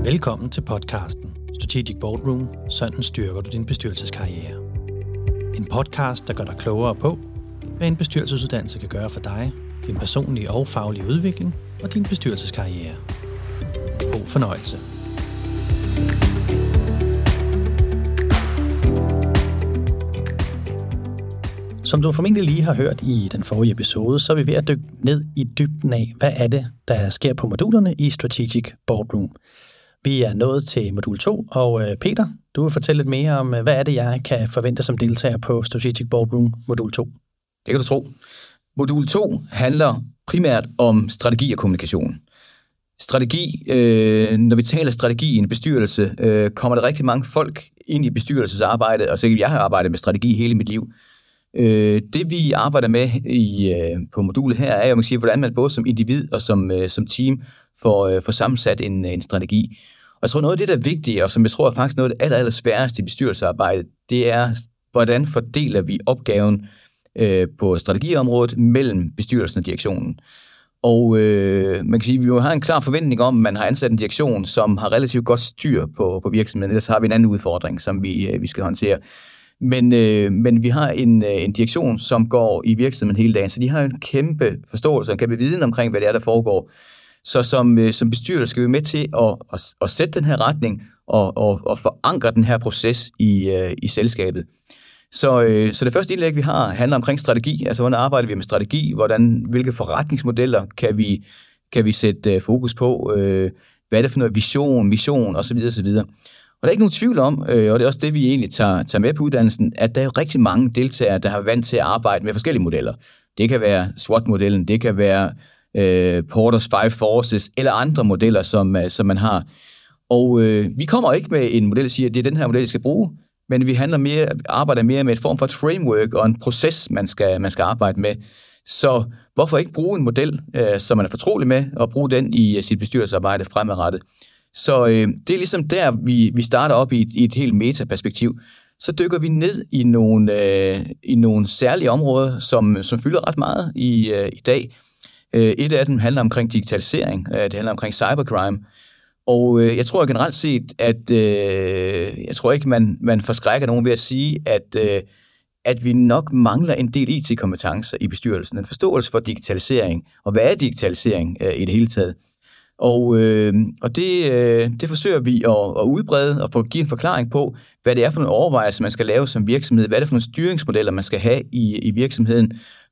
Velkommen til podcasten Strategic Boardroom. Sådan styrker du din bestyrelseskarriere. En podcast, der gør dig klogere på, hvad en bestyrelsesuddannelse kan gøre for dig, din personlige og faglige udvikling og din bestyrelseskarriere. God fornøjelse. Som du formentlig lige har hørt i den forrige episode, så er vi ved at dykke ned i dybden af, hvad er det, der sker på modulerne i Strategic Boardroom. Vi er nået til modul 2, og Peter, du vil fortælle lidt mere om, hvad er det, jeg kan forvente som deltager på Strategic Boardroom modul 2? Det kan du tro. Modul 2 handler primært om strategi og kommunikation. Strategi, når vi taler strategi i en bestyrelse, kommer der rigtig mange folk ind i bestyrelsesarbejdet, og sikkert jeg har arbejdet med strategi hele mit liv. Det vi arbejder med på modulet her, er jo, man kan sige, hvordan man både som individ og som team får sammensat en strategi. Og jeg tror, noget af det, der er vigtigt, og som jeg tror er faktisk noget af det aller sværeste i bestyrelsesarbejdet, det er, hvordan fordeler vi opgaven på strategiområdet mellem bestyrelsen og direktionen. Og man kan sige, at vi har en klar forventning om, at man har ansat en direktion, som har relativt godt styr på virksomheden. Ellers har vi en anden udfordring, som vi skal håndtere. Men vi har en direktion, som går i virksomheden hele dagen, så de har en kæmpe forståelse og en kæmpe viden omkring, hvad det er, der foregår. Så som bestyrelse skal vi med til at sætte den her retning og forankre den her proces i selskabet. Så det første indlæg, vi har, handler omkring strategi. Altså, hvordan arbejder vi med strategi? Hvilke forretningsmodeller kan vi sætte fokus på? Hvad er det for noget mission osv. osv. Og der er ikke nogen tvivl om, og det er også det, vi egentlig tager med på uddannelsen, at der er jo rigtig mange deltagere, der har vant til at arbejde med forskellige modeller. Det kan være SWOT-modellen, det kan være Porter's 5 Forces, eller andre modeller, som man har. Og vi kommer ikke med en model, der siger, at det er den her model, vi skal bruge, men vi arbejder mere med et form for et framework og en proces, man skal arbejde med. Så hvorfor ikke bruge en model, som man er fortrolig med, og bruge den i sit bestyrelsesarbejde fremadrettet? Så det er ligesom der, vi starter op i et helt metaperspektiv. Så dykker vi ned i nogle særlige områder, som fylder ret meget i dag. Et af dem handler omkring digitalisering, det handler omkring cybercrime. Og jeg tror generelt set, at jeg tror ikke, man forskrækker nogen ved at sige, at vi nok mangler en del IT-kompetencer i bestyrelsen. En forståelse for digitalisering, og hvad er digitalisering i det hele taget? Og det forsøger vi at udbrede og få give en forklaring på, hvad det er for nogle overvejelser, man skal lave som virksomhed, hvad er det for nogle styringsmodeller, man skal have i virksomheden,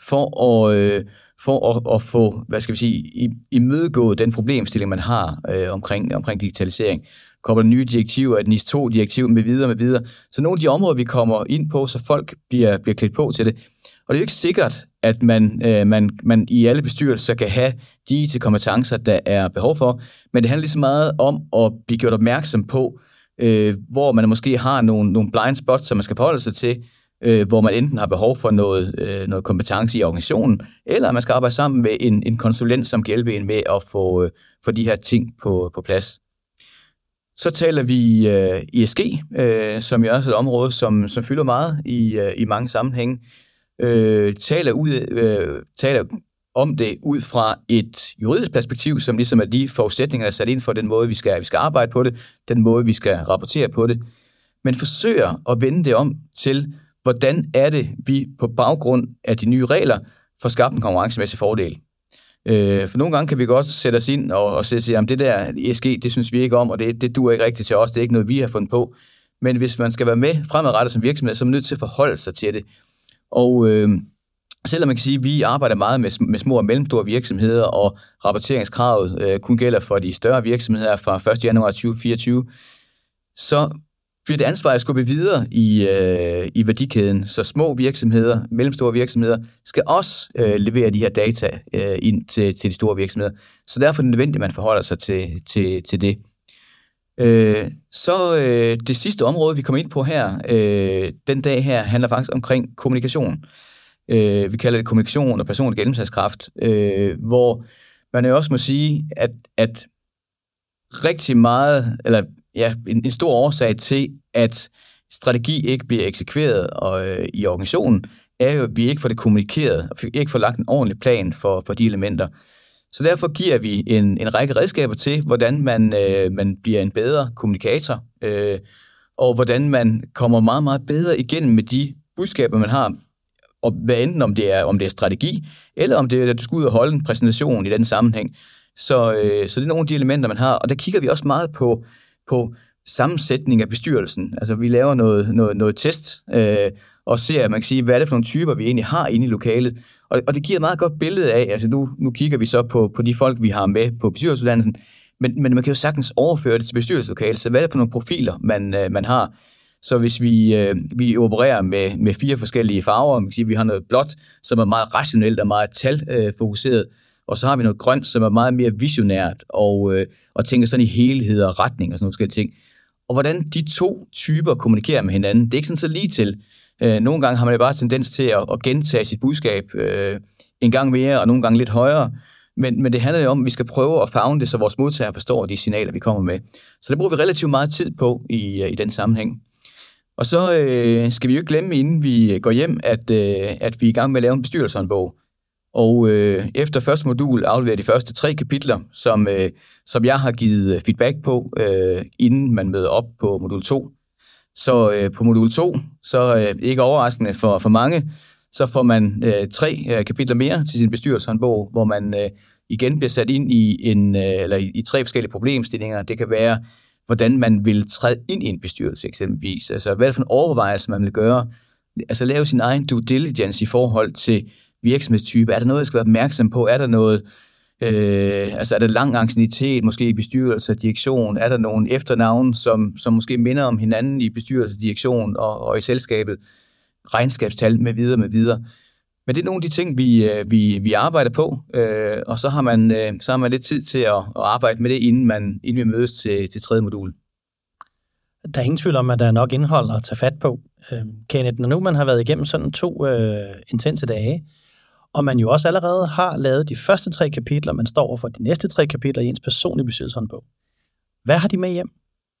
for at få, hvad skal vi sige, imødegå den problemstilling, man har omkring digitalisering. Kommer der nye direktiver, et NIS 2-direktiv med videre. Så nogle af de områder, vi kommer ind på, så folk bliver klædt på til det. Og det er jo ikke sikkert, at man i alle bestyrelser kan have de IT-kompetencer, der er behov for, men det handler lige så meget om at blive gjort opmærksom på, hvor man måske har nogle blind spots, som man skal forholde sig til, hvor man enten har behov for noget kompetence i organisationen, eller man skal arbejde sammen med en konsulent, som kan hjælpe en med at få de her ting på plads. Så taler vi ESG, som jo også er et område, som fylder meget i mange sammenhænge. Taler om det ud fra et juridisk perspektiv, som ligesom er de forudsætninger, der er sat ind for den måde, vi skal arbejde på det, den måde, vi skal rapportere på det, men forsøger at vende det om til, hvordan er det, vi på baggrund af de nye regler får skabt en konkurrencemæssig fordel. For nogle gange kan vi godt sætte os ind og sige, at det der ESG, det synes vi ikke om, og det duer ikke rigtigt til os, det er ikke noget, vi har fundet på. Men hvis man skal være med fremadrettet som virksomhed, så er man nødt til at forholde sig til det. Og selvom man kan sige, at vi arbejder meget med små og mellemstore virksomheder, og rapporteringskravet kun gælder for de større virksomheder fra 1. januar 2024, så bliver det ansvar at skubbe videre i værdikæden, så små virksomheder, mellemstore virksomheder, skal også levere de her data ind til de store virksomheder. Så derfor er det nødvendigt, at man forholder sig til det. Så det sidste område, vi kommer ind på her, den dag her, handler faktisk omkring kommunikation. Vi kalder det kommunikation og personlig gennemslagskraft, hvor man jo også må sige, at rigtig meget, eller ja, en stor årsag til, at strategi ikke bliver eksekveret i organisationen, er jo, at vi ikke får det kommunikeret, og ikke får lagt en ordentlig plan for de elementer. Så derfor giver vi en række redskaber til, hvordan man bliver en bedre kommunikator, og hvordan man kommer meget, meget bedre igennem med de budskaber, man har, og hvad enten om det er strategi, eller om det er, at du skal ud og holde en præsentation i den sammenhæng. Så det er nogle af de elementer, man har, og der kigger vi også meget på sammensætning af bestyrelsen. Altså vi laver noget test, og ser, man kan sige, hvad er det for nogle typer, vi egentlig har inde i lokalet. Og det giver et meget godt billede af, altså nu kigger vi så på de folk, vi har med på bestyrelsesuddannelsen, men man kan jo sagtens overføre det til bestyrelseslokalet, så hvad er det for nogle profiler, man har. Så hvis vi opererer med 4 forskellige farver, man kan sige, vi har noget blåt, som er meget rationelt og meget talfokuseret, og så har vi noget grønt, som er meget mere visionært og tænker sådan i helhed og retning og sådan nogle forskellige ting. Og hvordan de 2 typer kommunikerer med hinanden, det er ikke sådan så lige til. Nogle gange har man jo bare tendens til at gentage sit budskab en gang mere, og nogle gange lidt højere. Men det handler jo om, at vi skal prøve at favne det, så vores modtagere forstår de signaler, vi kommer med. Så det bruger vi relativt meget tid på i den sammenhæng. Og så skal vi jo ikke glemme, inden vi går hjem, at vi er i gang med at lave en bestyrelseshåndbog. Og efter første modul afleverer de første 3 kapitler, som jeg har givet feedback på, inden man møder op på modul 2. Så på modul 2, så ikke overraskende for mange, så får man 3 kapitler mere til sin bestyrelseshåndbog, hvor man igen bliver sat ind i 3 forskellige problemstillinger. Det kan være, hvordan man vil træde ind i en bestyrelse eksempelvis. Altså, hvad er det for en overvejelse, man vil gøre? Altså, lave sin egen due diligence i forhold til virksomhedstype. Er der noget, jeg skal være opmærksom på? Er der noget, er der lang anciennitet, måske i bestyrelse og direktion? Er der nogle efternavne, som måske minder om hinanden i bestyrelse og direktion og i selskabet? Regnskabstal med videre. Men det er nogle af de ting, vi arbejder på, og så har man lidt tid til at arbejde med det, inden vi mødes til 3. modul. Der er ingen tvivl om, at der er nok indhold at tage fat på. Kenneth, når nu man har været igennem sådan 2 intense dage, og man jo også allerede har lavet de første 3 kapitler, man står over for de næste 3 kapitler i ens personlige bestyrelseshåndbog. Hvad har de med hjem?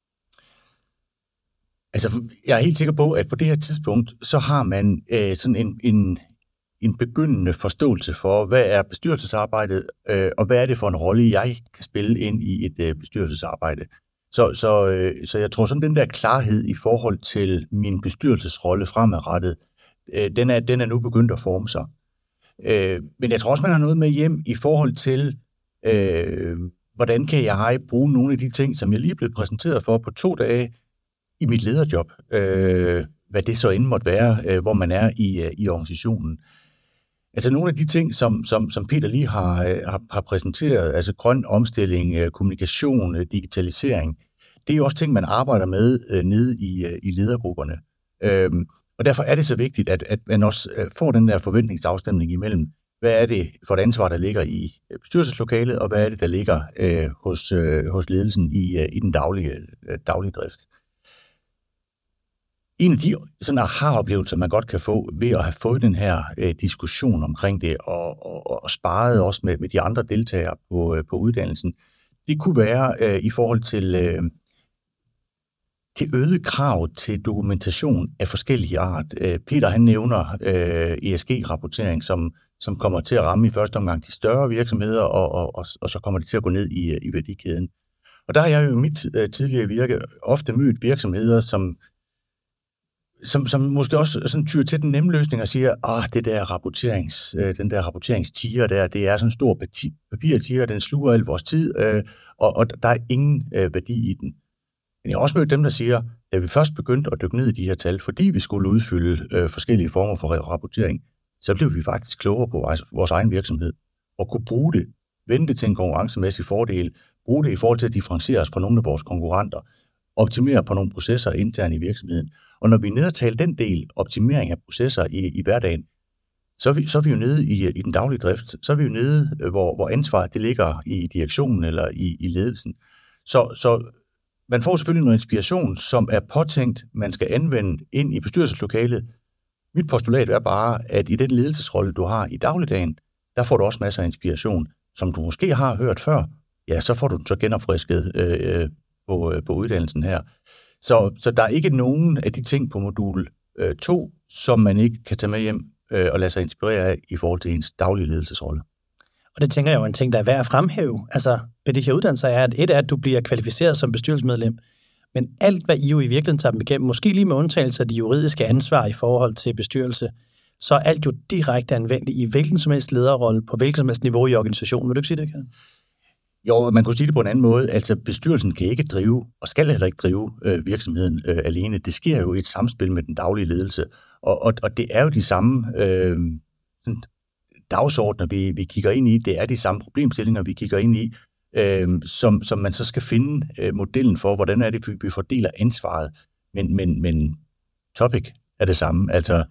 Altså, jeg er helt sikker på, at på det her tidspunkt, så har man sådan en begyndende forståelse for, hvad er bestyrelsesarbejdet, og hvad er det for en rolle, jeg kan spille ind i et bestyrelsesarbejde. Så jeg tror sådan, den der klarhed i forhold til min bestyrelsesrolle fremadrettet, den er nu begyndt at forme sig. Men jeg tror også, man har noget med hjem i forhold til, hvordan kan jeg bruge nogle af de ting, som jeg lige er blevet præsenteret for på 2 dage i mit lederjob. Hvad det så end måtte være, hvor man er i organisationen. Altså nogle af de ting, som Peter lige har præsenteret, altså grøn omstilling, kommunikation, digitalisering, det er jo også ting, man arbejder med nede i ledergrupperne. Og derfor er det så vigtigt, at man også får den der forventningsafstemning imellem, hvad er det for et ansvar, der ligger i bestyrelseslokalet, og hvad er det, der ligger hos ledelsen i den daglige drift. En af de sådan aha-oplevelser, man godt kan få ved at have fået den her diskussion omkring det, og sparet også med de andre deltagere på uddannelsen, det kunne være i forhold til øget krav til dokumentation af forskellige art. Peter han nævner ESG-rapportering, som kommer til at ramme i første omgang de større virksomheder, og så kommer det til at gå ned i værdikæden. Og der har jeg jo i mit tidligere virke ofte mødt virksomheder, som måske også sådan tyrer til den nemme løsning og siger, den der rapporteringstiger der, det er sådan en stor papirtiger, den sluger al vores tid, og der er ingen værdi i den. Men jeg har også mødt dem, der siger, da vi først begyndte at dykke ned i de her tal, fordi vi skulle udfylde forskellige former for rapportering, så blev vi faktisk klogere på vores egen virksomhed, og kunne bruge det, vende det til en konkurrencemæssig fordel, bruge det i forhold til at differentiere os fra nogle af vores konkurrenter, optimere på nogle processer internt i virksomheden. Og når vi er nede og tale den del, optimering af processer i hverdagen, så er vi jo nede i den daglige drift. Så er vi jo nede, hvor ansvaret det ligger i direktionen eller i ledelsen. Så man får selvfølgelig noget inspiration, som er påtænkt, man skal anvende ind i bestyrelseslokalet. Mit postulat er bare, at i den ledelsesrolle, du har i dagligdagen, der får du også masser af inspiration, som du måske har hørt før. Ja, så får du den så genopfrisket på uddannelsen her. Så der er ikke nogen af de ting på modul 2, som man ikke kan tage med hjem og lade sig inspirere af i forhold til ens daglige ledelsesrolle. Og det tænker jeg jo en ting, der er værd at fremhæve. Altså ved de her uddannelser er, at et er, at du bliver kvalificeret som bestyrelsesmedlem, men alt, hvad I jo i virkeligheden tager dem igennem, måske lige med undtagelse af de juridiske ansvar i forhold til bestyrelse, så er alt jo direkte anvendeligt i hvilken som helst lederrolle, på hvilken som helst niveau i organisationen. Vil du ikke sige det, Kjeld? Jo, man kunne sige det på en anden måde. Altså, bestyrelsen kan ikke drive, og skal heller ikke drive virksomheden alene. Det sker jo i et samspil med den daglige ledelse. Og det er jo de samme dagsordner, vi kigger ind i. Det er de samme problemstillinger, vi kigger ind i, som man så skal finde modellen for, hvordan er det, vi fordeler ansvaret. Men topic er det samme. Altså,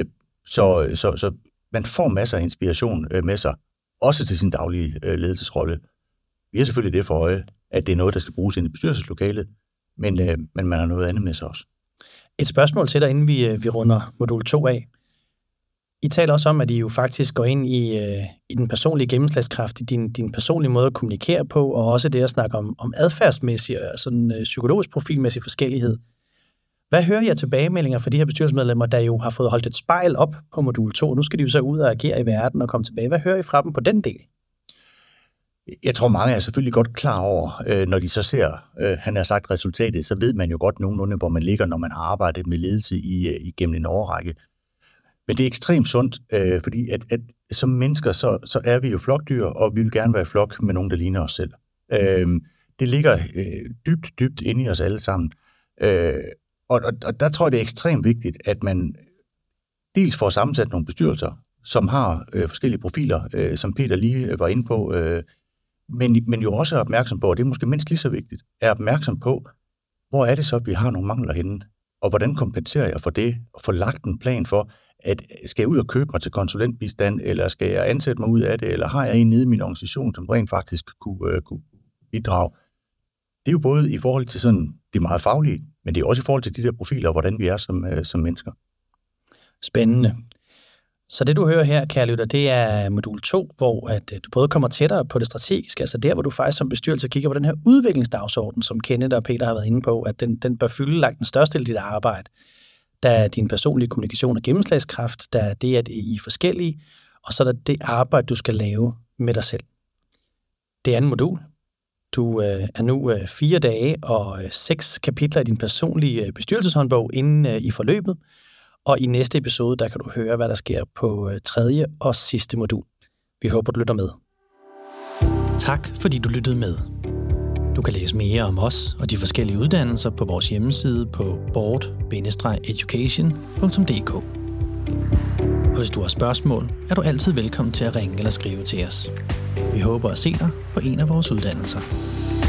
så man får masser af inspiration med sig, også til sin daglige ledelsesrolle. Vi har selvfølgelig det for øje, at det er noget, der skal bruges ind i bestyrelseslokalet, men man har noget andet med sig også. Et spørgsmål til dig, inden vi runder modul 2 af. I taler også om, at I jo faktisk går ind i den personlige gennemslagskraft, i din personlige måde at kommunikere på, og også det at snakke om adfærdsmæssig og sådan psykologisk profilmæssig forskellighed. Hvad hører I af tilbagemeldinger fra de her bestyrelsesmedlemmer, der jo har fået holdt et spejl op på modul 2? Nu skal de jo så ud og agere i verden og komme tilbage. Hvad hører I fra dem på den del? Jeg tror, mange er selvfølgelig godt klar over, når de så ser, han har sagt resultatet, så ved man jo godt nogenlunde, hvor man ligger, når man har arbejdet med ledelse igennem en årrække. Men det er ekstremt sundt, fordi at som mennesker, så er vi jo flokdyr, og vi vil gerne være i flok med nogen, der ligner os selv. Det ligger dybt inde i os alle sammen. Og der tror jeg, det er ekstremt vigtigt, at man dels får sammensat nogle bestyrelser, som har forskellige profiler, som Peter lige var inde på, men jo også er opmærksom på, og det er måske mindst lige så vigtigt, er opmærksom på, hvor er det så, at vi har nogle mangler henne, og hvordan kompenserer jeg for det, og få lagt en plan for, at skal jeg ud og købe mig til konsulentbistand, eller skal jeg ansætte mig ud af det, eller har jeg en nede i min organisation, som rent faktisk kunne bidrage. Det er jo både i forhold til sådan det meget faglige, men det er også i forhold til de der profiler, og hvordan vi er som mennesker. Spændende. Så det, du hører her, kære lytter, det er modul 2, hvor at du både kommer tættere på det strategiske, altså der, hvor du faktisk som bestyrelse kigger på den her udviklingsdagsorden, som Kenneth og Peter har været inde på, at den bør fylde langt den største del af dit arbejde. Der er din personlige kommunikation og gennemslagskraft, der er det, at I er forskellige, og så er der det arbejde, du skal lave med dig selv. Det er andet modul. Du er nu 4 dage og 6 kapitler i din personlige bestyrelseshåndbog inden i forløbet, og i næste episode, der kan du høre, hvad der sker på 3. og sidste modul. Vi håber, du lytter med. Tak, fordi du lyttede med. Du kan læse mere om os og de forskellige uddannelser på vores hjemmeside på board-education.dk. Og hvis du har spørgsmål, er du altid velkommen til at ringe eller skrive til os. Vi håber at se dig på en af vores uddannelser.